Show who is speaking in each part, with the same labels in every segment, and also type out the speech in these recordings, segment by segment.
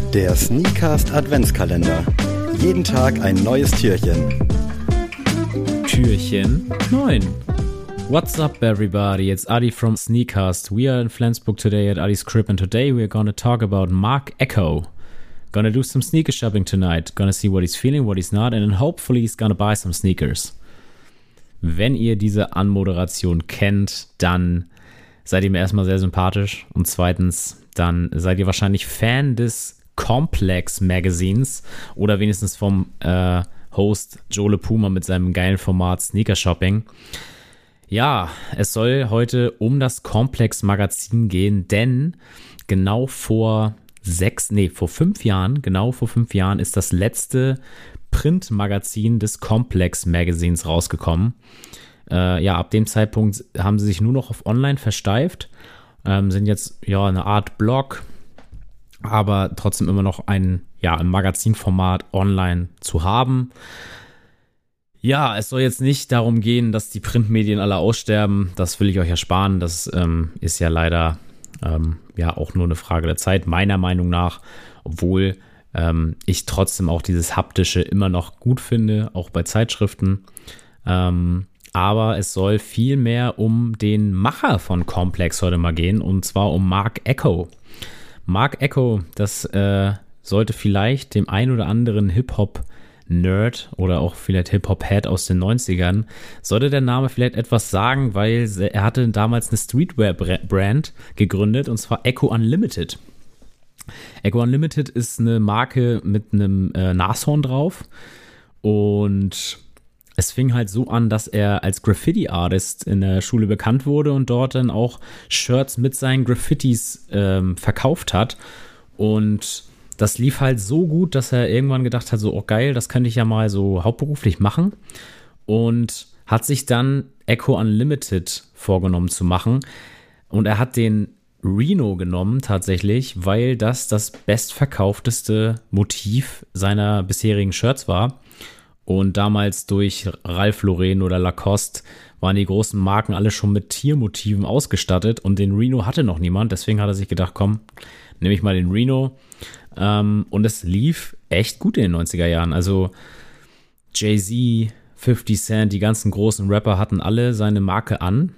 Speaker 1: Der Sneakcast Adventskalender. Jeden Tag ein neues Türchen.
Speaker 2: Türchen 9. What's up, everybody? It's Adi from Sneakcast. We are in Flensburg today at Adi's crib, and today we're gonna talk about Marc Ecko. Gonna do some sneaker shopping tonight. Gonna see what he's feeling, what he's not, and then hopefully he's gonna buy some sneakers. Wenn ihr diese Anmoderation kennt, dann seid ihr mir erstmal sehr sympathisch und zweitens, dann seid ihr wahrscheinlich Fan des Complex Magazins oder wenigstens vom Host Joe LePuma mit seinem geilen Format Sneaker Shopping. Ja, es soll heute um das Complex Magazin gehen, denn genau vor 5 Jahren ist das letzte Printmagazin des Complex Magazins rausgekommen. Ab dem Zeitpunkt haben sie sich nur noch auf Online versteift, sind jetzt eine Art Blog, aber trotzdem immer noch im Magazinformat online zu haben. Ja, es soll jetzt nicht darum gehen, dass die Printmedien alle aussterben, das will ich euch ersparen, das ist ja leider auch nur eine Frage der Zeit, meiner Meinung nach, obwohl ich trotzdem auch dieses Haptische immer noch gut finde, auch bei Zeitschriften. Aber es soll viel mehr um den Macher von Complex heute mal gehen, und zwar um Marc Ecko. Marc Ecko, das sollte vielleicht dem ein oder anderen Hip-Hop-Nerd oder auch vielleicht Hip-Hop-Head aus den 90ern, sollte der Name vielleicht etwas sagen, weil er hatte damals eine Streetwear-Brand gegründet, und zwar Ecko Unlimited. Ecko Unlimited ist eine Marke mit einem Nashorn drauf, und es fing halt so an, dass er als Graffiti-Artist in der Schule bekannt wurde und dort dann auch Shirts mit seinen Graffitis verkauft hat. Und das lief halt so gut, dass er irgendwann gedacht hat, so, oh geil, das könnte ich ja mal so hauptberuflich machen. Und hat sich dann Ecko Unlimited vorgenommen zu machen. Und er hat den Reno genommen tatsächlich, weil das bestverkaufteste Motiv seiner bisherigen Shirts war. Und damals durch Ralph Lauren oder Lacoste waren die großen Marken alle schon mit Tiermotiven ausgestattet und den Reno hatte noch niemand. Deswegen hat er sich gedacht, komm, nehme ich mal den Reno. Und es lief echt gut in den 90er Jahren. Also Jay-Z, 50 Cent, die ganzen großen Rapper hatten alle seine Marke an,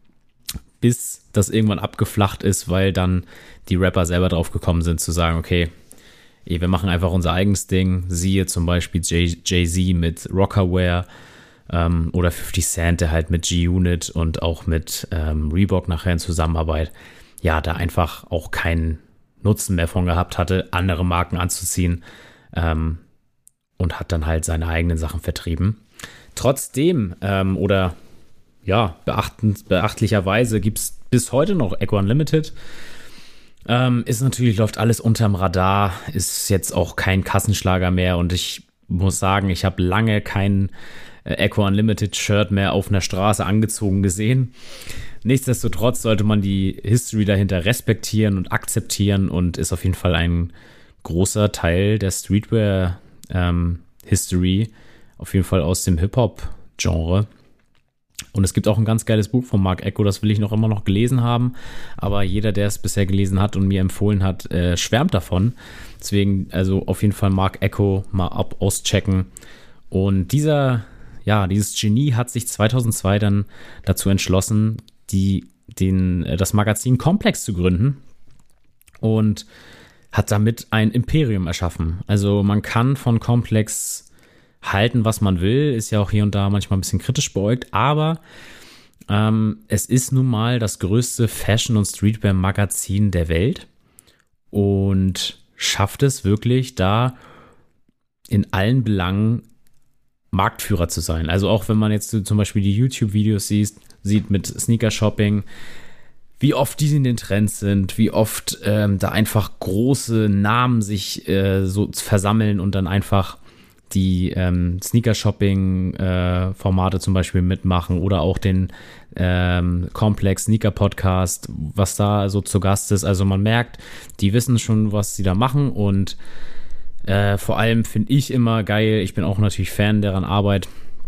Speaker 2: bis das irgendwann abgeflacht ist, weil dann die Rapper selber drauf gekommen sind zu sagen, okay, wir machen einfach unser eigenes Ding. Siehe zum Beispiel Jay-Z mit Rockaware oder 50 Cent, der halt mit G-Unit und auch mit Reebok nachher in Zusammenarbeit, da einfach auch keinen Nutzen mehr von gehabt hatte, andere Marken anzuziehen und hat dann halt seine eigenen Sachen vertrieben. Trotzdem, beachtlicherweise gibt es bis heute noch Ecko Unlimited. Läuft alles unterm Radar, ist jetzt auch kein Kassenschlager mehr, und ich muss sagen, ich habe lange kein Ecko Unlimited Shirt mehr auf einer Straße angezogen gesehen. Nichtsdestotrotz sollte man die History dahinter respektieren und akzeptieren und ist auf jeden Fall ein großer Teil der Streetwear History, auf jeden Fall aus dem Hip-Hop-Genre. Und es gibt auch ein ganz geiles Buch von Marc Ecko, das will ich immer noch gelesen haben. Aber jeder, der es bisher gelesen hat und mir empfohlen hat, schwärmt davon. Deswegen also auf jeden Fall Marc Ecko mal auschecken. Und dieses Genie hat sich 2002 dann dazu entschlossen, das Magazin Complex zu gründen. Und hat damit ein Imperium erschaffen. Also man kann von Complex halten, was man will, ist ja auch hier und da manchmal ein bisschen kritisch beäugt, aber es ist nun mal das größte Fashion- und Streetwear-Magazin der Welt und schafft es wirklich, da in allen Belangen Marktführer zu sein. Also auch wenn man jetzt zum Beispiel die YouTube-Videos sieht mit Sneaker-Shopping, wie oft die in den Trends sind, wie oft da einfach große Namen sich so versammeln und dann einfach die Sneaker-Shopping-Formate zum Beispiel mitmachen oder auch den Complex Sneaker-Podcast, was da so zu Gast ist. Also man merkt, die wissen schon, was sie da machen, und vor allem finde ich immer geil, ich bin auch natürlich Fan deren Arbeit,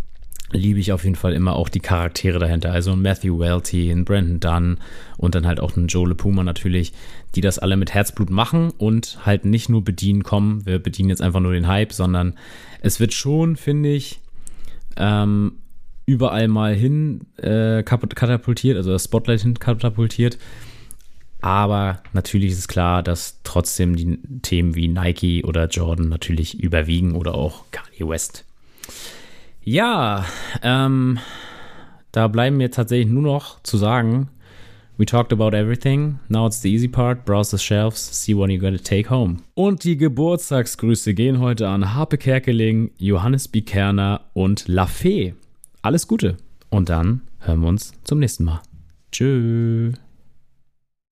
Speaker 2: liebe ich auf jeden Fall immer auch die Charaktere dahinter. Also ein Matthew Welty, ein Brandon Dunn und dann halt auch ein Joe LePuma natürlich, die das alle mit Herzblut machen und halt nicht nur bedienen, kommen, wir bedienen jetzt einfach nur den Hype, sondern es wird schon, finde ich, überall mal hin katapultiert, also das Spotlight hin katapultiert. Aber natürlich ist es klar, dass trotzdem die Themen wie Nike oder Jordan natürlich überwiegen oder auch Kanye West. Ja, da bleiben mir tatsächlich nur noch zu sagen, we talked about everything, now it's the easy part, browse the shelves, see what you're gonna take home. Und die Geburtstagsgrüße gehen heute an Harpe Kerkeling, Johannes B. Kerner und Lafay. Alles Gute und dann hören wir uns zum nächsten Mal. Tschüss.